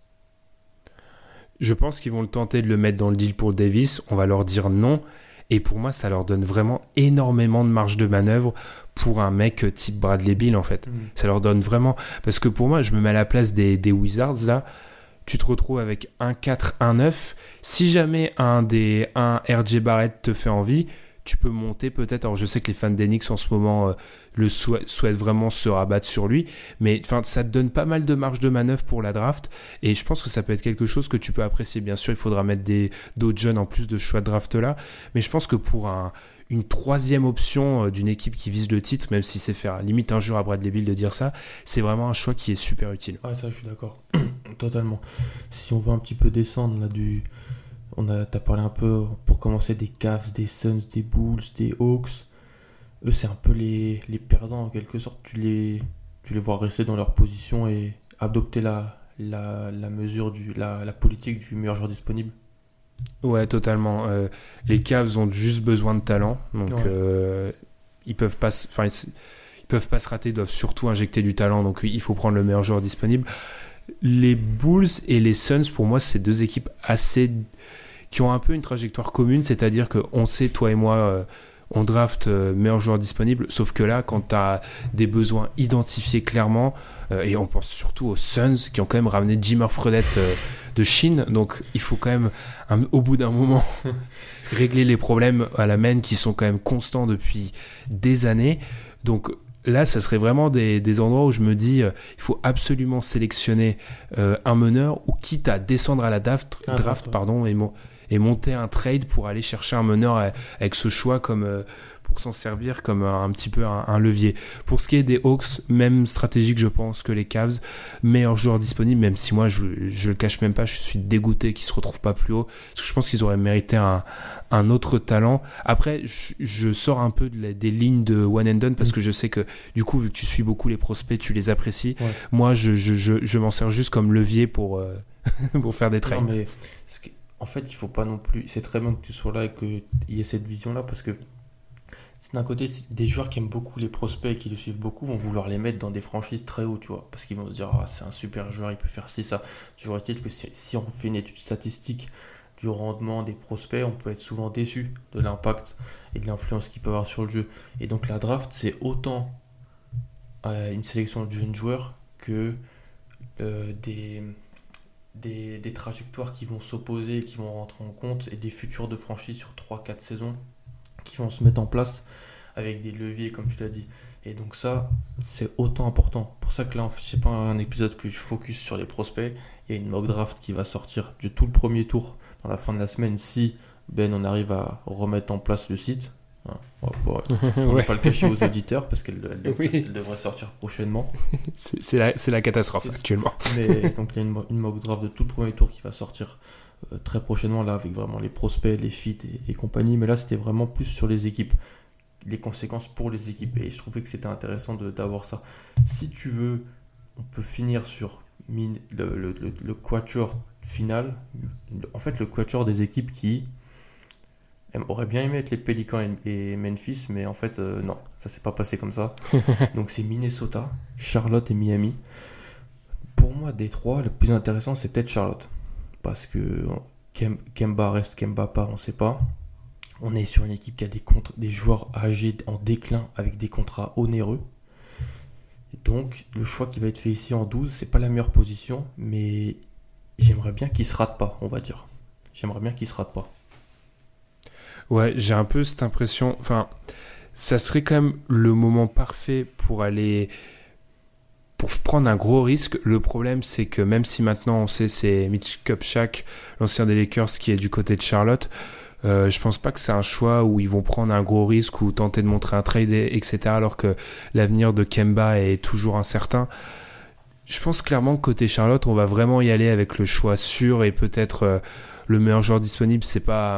Je pense qu'ils vont le tenter de le mettre dans le deal pour Davis. On va leur dire non. Et pour moi, ça leur donne vraiment énormément de marge de manœuvre pour un mec type Bradley Beal, en fait. Ça leur donne vraiment... Parce que pour moi, je me mets à la place des Wizards, là. Tu te retrouves avec un 4, un 9. Si jamais un RJ Barrett te fait envie, tu peux monter peut-être... Alors, je sais que les fans des Knicks, en ce moment, souhaitent vraiment se rabattre sur lui. Mais ça te donne pas mal de marge de manœuvre pour la draft. Et je pense que ça peut être quelque chose que tu peux apprécier. Bien sûr, il faudra mettre d'autres jeunes en plus de ce choix de draft-là. Mais je pense que pour une troisième option d'une équipe qui vise le titre, même si c'est faire limite injure à Bradley Beal de dire ça, c'est vraiment un choix qui est super utile. Ouais, ça, je suis d'accord. Totalement. Si on veut un petit peu descendre là t'as parlé un peu, pour commencer, des Cavs, des Suns, des Bulls, des Hawks. Eux, c'est un peu les perdants en quelque sorte. Tu les vois rester dans leur position et adopter la mesure la politique du meilleur joueur disponible. Ouais, totalement. Les Cavs ont juste besoin de talent, donc ils peuvent pas se rater, ils doivent surtout injecter du talent, donc il faut prendre le meilleur joueur disponible. Les Bulls et les Suns, pour moi, c'est deux équipes qui ont un peu une trajectoire commune, c'est-à-dire qu'on sait, toi et moi, on draft meilleur joueur disponible, sauf que là, quand tu as des besoins identifiés clairement, et on pense surtout aux Suns qui ont quand même ramené Jimmer Fredette de Chine, donc il faut quand même, au bout d'un moment, régler les problèmes à la main qui sont quand même constants depuis des années. Donc là, ça serait vraiment des endroits où je me dis, il faut absolument sélectionner un meneur, ou quitte à descendre à la draft, et monter un trade pour aller chercher un meneur avec ce choix pour s'en servir comme un petit peu un levier. Pour ce qui est des Hawks, même stratégique je pense que les Cavs, meilleur joueur disponible, même si moi je le cache même pas, je suis dégoûté qu'ils se retrouvent pas plus haut, parce que je pense qu'ils auraient mérité un autre talent. Après, je sors un peu des lignes de one and done, parce que je sais que du coup, vu que tu suis beaucoup les prospects, tu les apprécies. Ouais. Moi, je m'en sers juste comme levier pour faire des trades. Non, mais en fait, il faut pas non plus. C'est très bien que tu sois là et qu'il y ait cette vision-là, parce que d'un côté, des joueurs qui aiment beaucoup les prospects et qui le suivent beaucoup vont vouloir les mettre dans des franchises très haut, tu vois, parce qu'ils vont se dire, c'est un super joueur, il peut faire ci, ça. Toujours est-il que si on fait une étude statistique du rendement des prospects, on peut être souvent déçu de l'impact et de l'influence qu'ils peuvent avoir sur le jeu. Et donc la draft, c'est autant une sélection de jeunes joueurs que des trajectoires qui vont s'opposer, qui vont rentrer en compte, et des futurs de franchise sur 3-4 saisons qui vont se mettre en place avec des leviers, comme je l'ai dit. Et donc ça, c'est autant important. Pour ça que là, c'est pas un épisode que je focus sur les prospects. Il y a une mock draft qui va sortir du tout le premier tour dans la fin de la semaine, si on arrive à remettre en place le site. Pour ne pas le cacher aux auditeurs, parce qu'elle devrait sortir prochainement. C'est la catastrophe actuellement. Mais donc il y a une mock draft de tout le premier tour qui va sortir très prochainement, là, avec vraiment les prospects, les fits et compagnie. Mais là, c'était vraiment plus sur les équipes, les conséquences pour les équipes, et je trouvais que c'était intéressant d'avoir ça. Si tu veux, on peut finir sur le quatuor final, en fait le quatuor des équipes qui auraient bien aimé être les Pelicans et Memphis, mais en fait non, ça s'est pas passé comme ça. Donc c'est Minnesota, Charlotte et Miami. Pour moi, des trois, le plus intéressant, c'est peut-être Charlotte, parce que Kemba reste Kemba part, on sait pas. On est sur une équipe qui a des joueurs âgés en déclin avec des contrats onéreux. Donc, le choix qui va être fait ici en 12, c'est pas la meilleure position, mais j'aimerais bien qu'il se rate pas, on va dire. J'aimerais bien qu'il se rate pas. Ouais, j'ai un peu cette impression. Enfin, ça serait quand même le moment parfait pour prendre un gros risque. Le problème, c'est que même si maintenant on sait c'est Mitch Kupchak, l'ancien des Lakers, qui est du côté de Charlotte, je pense pas que c'est un choix où ils vont prendre un gros risque ou tenter de montrer un trade, etc. Alors que l'avenir de Kemba est toujours incertain. Je pense clairement que côté Charlotte, on va vraiment y aller avec le choix sûr et peut-être le meilleur joueur disponible. C'est pas,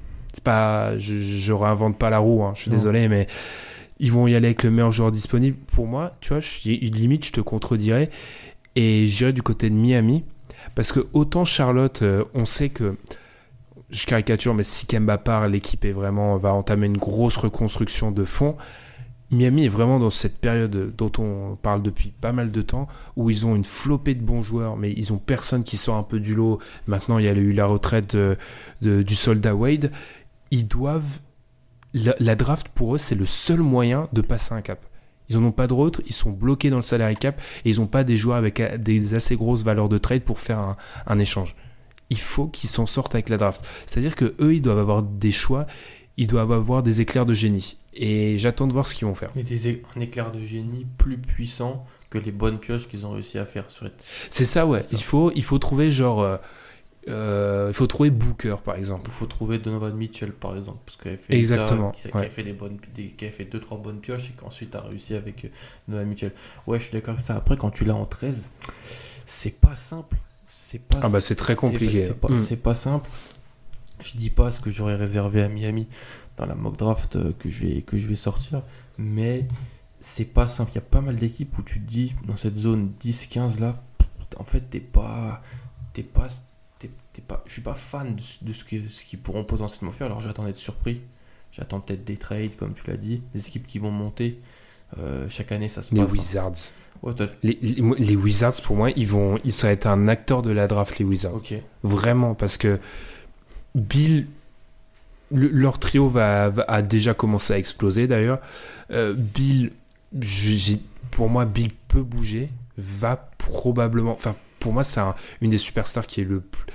je réinvente pas la roue. Hein, je suis désolé, mais ils vont y aller avec le meilleur joueur disponible. Pour moi, tu vois, limite, je te contredirais et j'irais du côté de Miami parce que autant Charlotte, on sait que je caricature, mais si Kemba part, l'équipe va entamer une grosse reconstruction de fond. Miami est vraiment dans cette période dont on parle depuis pas mal de temps, où ils ont une flopée de bons joueurs, mais ils ont personne qui sort un peu du lot. Maintenant, il y a eu la retraite du soldat Wade. Ils doivent... La draft, pour eux, c'est le seul moyen de passer un cap. Ils n'en ont pas d'autres, ils sont bloqués dans le salary cap, et ils n'ont pas des joueurs avec des assez grosses valeurs de trade pour faire un échange. Il faut qu'ils s'en sortent avec la draft. C'est-à-dire qu'eux, ils doivent avoir des choix, ils doivent avoir des éclairs de génie. Et j'attends de voir ce qu'ils vont faire. Mais un éclair de génie plus puissant que les bonnes pioches qu'ils ont réussi à faire. C'est ça, ouais. C'est ça. Il faut trouver il faut trouver Booker, par exemple. Il faut trouver Donovan Mitchell, par exemple. Parce qu'il Exactement. Qui a fait qui a fait 2-3 bonnes pioches et qu'ensuite a réussi avec Donovan Mitchell. Ouais, je suis d'accord avec ça. Après, quand tu l'as en 13, c'est pas simple. C'est très compliqué. C'est pas simple. Je dis pas ce que j'aurais réservé à Miami dans la mock draft que je vais sortir, mais c'est pas simple. Il y a pas mal d'équipes où tu te dis, dans cette zone 10-15 là, en fait, je suis pas fan de ce qu'ils pourront potentiellement faire. Alors j'attends d'être surpris. J'attends peut-être des trades, comme tu l'as dit, des équipes qui vont monter. Chaque année, ça se passe. Les Wizards. Ouais, les Wizards, pour moi, ça va être un acteur de la draft, les Wizards. Okay. Vraiment, parce que Bill, leur trio a déjà commencé à exploser d'ailleurs. Bill, pour moi, Bill peut bouger, va probablement. Enfin, pour moi, c'est une des superstars qui est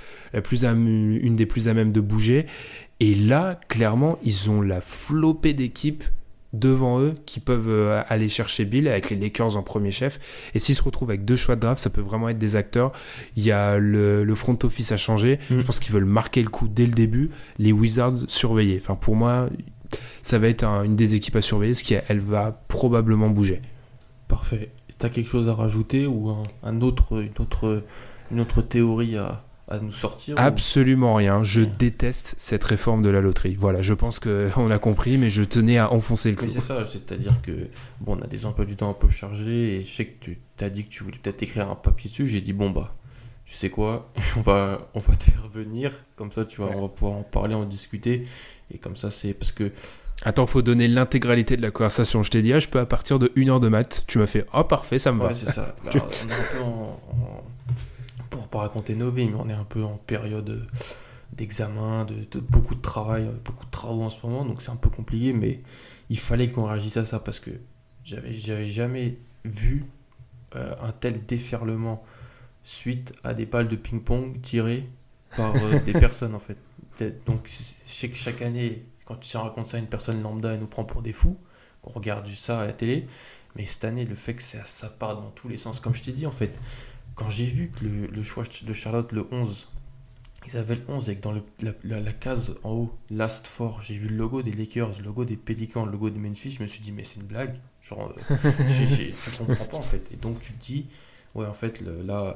une des plus à même de bouger. Et là, clairement, ils ont la flopée d'équipes devant eux qui peuvent aller chercher Bill avec les Lakers en premier chef. Et s'ils se retrouvent avec 2 choix de draft, ça peut vraiment être des acteurs. Il y a le front office à changer. Je pense qu'ils veulent marquer le coup dès le début. Les Wizards surveiller. Enfin, pour moi, ça va être une des équipes à surveiller, parce qu'elle va probablement bouger. Parfait. Tu as quelque chose à rajouter ou une autre théorie à nous sortir? Absolument rien. Je déteste cette réforme de la loterie. Voilà, je pense qu'on a compris, mais je tenais à enfoncer le clou. Mais c'est ça, c'est-à-dire que on a des emplois du temps un peu chargés, et je sais que tu t'as dit que tu voulais peut-être écrire un papier dessus. J'ai dit tu sais quoi, on va te faire venir, comme ça tu vois, on va pouvoir en parler, en discuter, et comme ça c'est parce que... Attends, faut donner l'intégralité de la conversation. Je t'ai dit, je peux à partir de 1 heure de maths. Tu m'as fait, parfait, ça me va. Ouais, c'est ça. Alors, on est un peu pour pas raconter nos vies, mais on est un peu en période d'examen, de beaucoup de travail, beaucoup de travaux en ce moment, donc c'est un peu compliqué, mais il fallait qu'on réagisse à ça, parce que j'avais jamais vu un tel déferlement suite à des balles de ping-pong tirées par des personnes, en fait. Donc je sais que chaque année, quand tu racontes ça à une personne lambda, elle nous prend pour des fous, qu'on regarde ça à la télé, mais cette année, le fait que ça part dans tous les sens, comme je t'ai dit, en fait, quand j'ai vu que le choix de Charlotte, le 11, ils avaient le 11 avec dans la case en haut, Last Four, j'ai vu le logo des Lakers, le logo des Pelicans, le logo de Memphis, je me suis dit, mais c'est une blague, genre, tu comprends pas, en fait. Et donc tu te dis, ouais, en fait,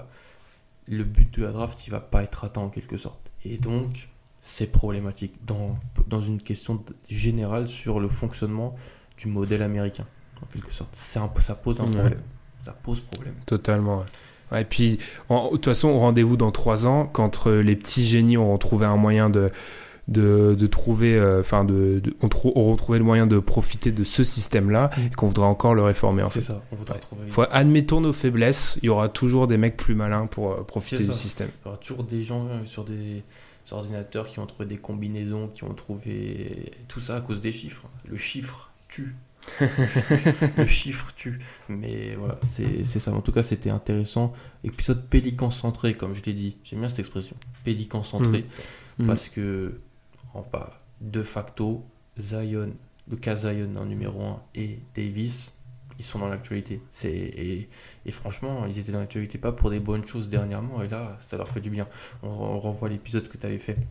le but de la draft, il va pas être atteint en quelque sorte. Et donc, c'est problématique dans une question générale sur le fonctionnement du modèle américain, en quelque sorte. Ça pose un problème. Ça pose problème. Totalement, ouais. Ouais, et puis, de toute façon, au rendez-vous dans 3 ans, quand les petits génies auront trouvé un moyen de trouver, auront trouvé le moyen de profiter de ce système-là, et qu'on voudra encore le réformer. C'est ça, on voudra trouver. Admettons nos faiblesses, il y aura toujours des mecs plus malins pour profiter du système. Il y aura toujours des gens sur des ordinateurs qui ont trouvé des combinaisons, qui ont trouvé tout ça à cause des chiffres. Le chiffre tue. Le chiffre tue. Mais voilà, c'est ça. En tout cas, c'était intéressant. Épisode pélican centré, comme je l'ai dit. J'aime bien cette expression. Pélican centré. Parce que, de facto, Zion, le cas Zion en numéro 1 et Davis, ils sont dans l'actualité. Et franchement, ils étaient dans l'actualité pas pour des bonnes choses dernièrement. Et là, ça leur fait du bien. On revoit l'épisode que tu avais fait.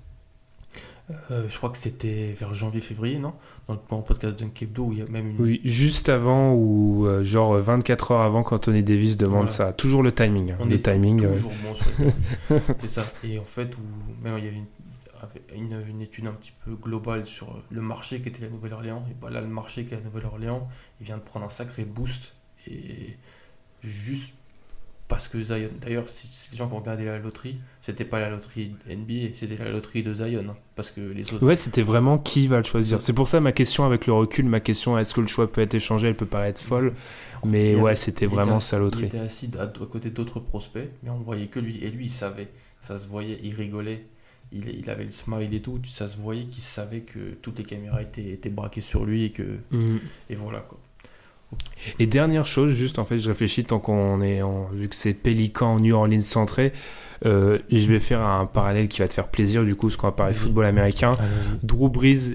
Je crois que c'était vers janvier-février, non ? Dans le podcast Dunk Hebdo, où il y a même une... Oui, juste avant ou genre 24 heures avant qu'Anthony Davis demande ça. Toujours le timing. On est toujours bon sur le timing. C'est ça. Et en fait, où même il y avait une étude un petit peu globale sur le marché qui était la Nouvelle-Orléans. Et bah là, le marché qui est la Nouvelle-Orléans, il vient de prendre un sacré boost. Et juste parce que Zion... D'ailleurs, si les gens qui ont regardé la loterie, c'était pas la loterie NBA, c'était la loterie de Zion. Hein, parce que les autres... Ouais, c'était vraiment qui va le choisir. C'est pour ça ma question avec le recul, est-ce que le choix peut être échangé, elle peut paraître folle. Mais c'était vraiment sa loterie. Il était assis à côté d'autres prospects, mais on voyait que lui. Et lui, il savait. Ça se voyait, il rigolait. Il avait le smile et tout. Ça se voyait qu'il savait que toutes les caméras étaient braquées sur lui et que... Et voilà, quoi. Et dernière chose, juste en fait, je réfléchis tant qu'on est vu que c'est Pélican New Orleans centré, je vais faire un parallèle qui va te faire plaisir du coup, parce qu'on va parler football américain. Drew Brees,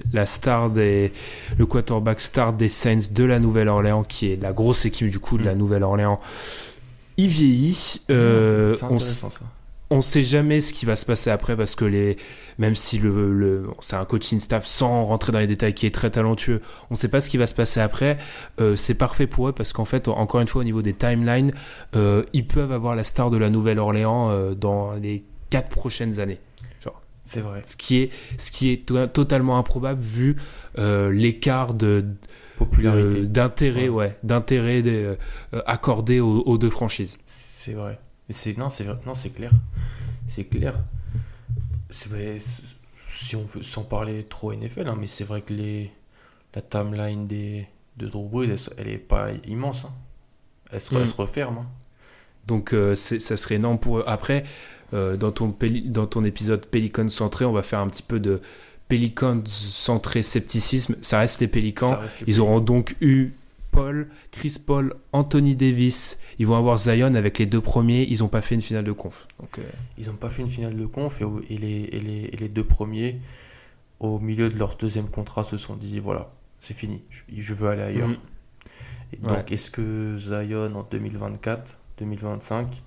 le quarterback star des Saints de la Nouvelle-Orléans, qui est la grosse équipe du coup de la Nouvelle-Orléans, il vieillit. C'est intéressant ça. On sait jamais ce qui va se passer après parce que même si c'est un coaching staff sans rentrer dans les détails qui est très talentueux, on sait pas ce qui va se passer après. C'est parfait pour eux parce qu'en fait, encore une fois, au niveau des timelines, ils peuvent avoir la star de la Nouvelle-Orléans dans les 4 prochaines années. C'est vrai. Ce qui est totalement improbable vu l'écart de popularité, d'intérêt accordé aux deux franchises. C'est vrai. C'est clair. C'est clair. Si on veut, sans parler trop NFL, hein, mais c'est vrai que la timeline de Drew Brees, elle est pas immense. Hein. Elle se referme. Hein. Donc ça serait énorme pour eux. Après, dans ton épisode Pelicans centré, on va faire un petit peu de Pelicans centré scepticisme. Ça reste les Pelicans. Ils auront donc eu Chris Paul, Anthony Davis. Ils vont avoir Zion avec les 2 premiers. Ils n'ont pas fait une finale de conf. Donc, ils n'ont pas fait une finale de conf et les 2 premiers, au milieu de leur 2e contrat, se sont dit voilà, c'est fini. Je veux aller ailleurs. Et donc, est-ce que Zion en 2024, 2025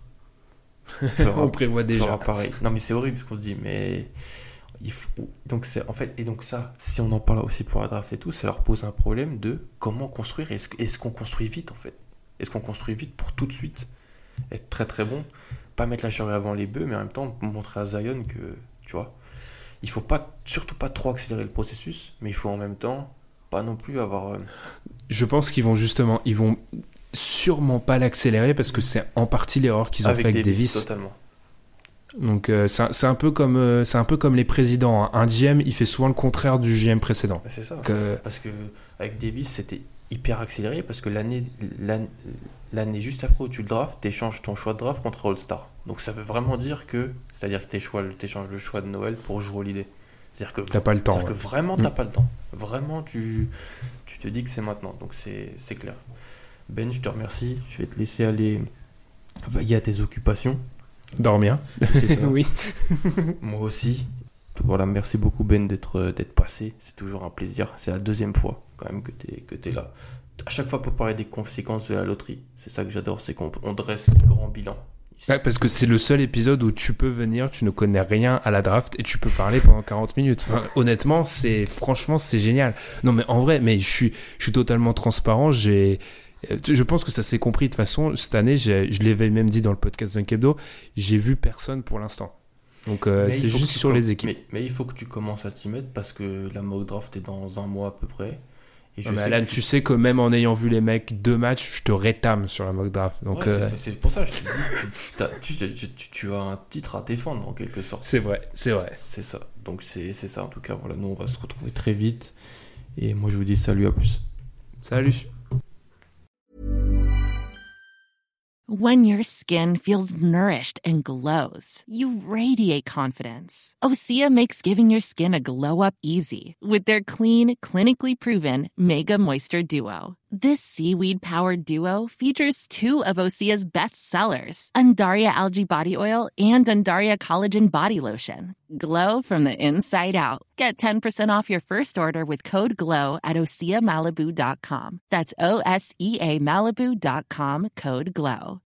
on prévoit déjà pareil. Non, mais c'est horrible ce qu'on se dit, mais donc c'est en fait, et donc ça, si on en parle aussi pour la draft et tout, ça leur pose un problème de comment construire. Est-ce qu'on construit vite en fait? Est-ce qu'on construit vite pour tout de suite être très très bon, pas mettre la charrue avant les bœufs, mais en même temps montrer à Zion que tu vois, il faut surtout pas trop accélérer le processus, mais il faut en même temps pas non plus avoir. Je pense qu'ils vont sûrement pas l'accélérer parce que c'est en partie l'erreur qu'ils ont fait avec Davis. Totalement. Donc c'est un peu comme les présidents. Hein. Un GM, il fait souvent le contraire du GM précédent. C'est ça. Parce que avec Davis, c'était hyper accéléré parce que l'année juste après où tu le drafts, tu échanges ton choix de draft contre All-Star. Donc ça veut vraiment dire que tu échanges le choix de Noël pour jouer Holiday. C'est-à-dire que t'as pas le temps. C'est-à-dire que vraiment t'as pas le temps. Vraiment tu te dis que c'est maintenant. Donc c'est clair. Ben, je te remercie. Je vais te laisser aller vaguer à tes occupations. Dormir. C'est ça. Oui. Moi aussi. Voilà, merci beaucoup Ben d'être passé. C'est toujours un plaisir. C'est la 2e fois quand même que t'es là. À chaque fois pour parler des conséquences de la loterie. C'est ça que j'adore, c'est qu'on dresse le grand bilan. Ouais, parce que c'est le seul épisode où tu peux venir, tu ne connais rien à la draft et tu peux parler pendant 40 minutes. Enfin, honnêtement, franchement, c'est génial. Non, mais en vrai, je suis totalement transparent. Je pense que ça s'est compris de toute façon. Cette année, je l'avais même dit dans le podcast Dunk Hebdo, j'ai vu personne pour l'instant. Donc c'est juste sur les équipes. Mais il faut que tu commences à t'y mettre parce que la mock draft est dans un mois à peu près. Et tu sais que même en ayant vu les mecs 2 matchs, je te rétame sur la mock draft. Donc, c'est pour ça que je te dis tu as un titre à défendre en quelque sorte. C'est vrai. C'est ça. Donc c'est ça en tout cas. Voilà, nous on va se retrouver très vite. Et moi je vous dis salut, à plus. Salut. When your skin feels nourished and glows, you radiate confidence. Osea makes giving your skin a glow up easy with their clean, clinically proven Mega Moisture Duo. This seaweed-powered duo features 2 of Osea's best sellers, Undaria Algae Body Oil and Undaria Collagen Body Lotion. Glow from the inside out. Get 10% off your first order with code GLOW at OseaMalibu.com. That's OSEA Malibu.com, code GLOW.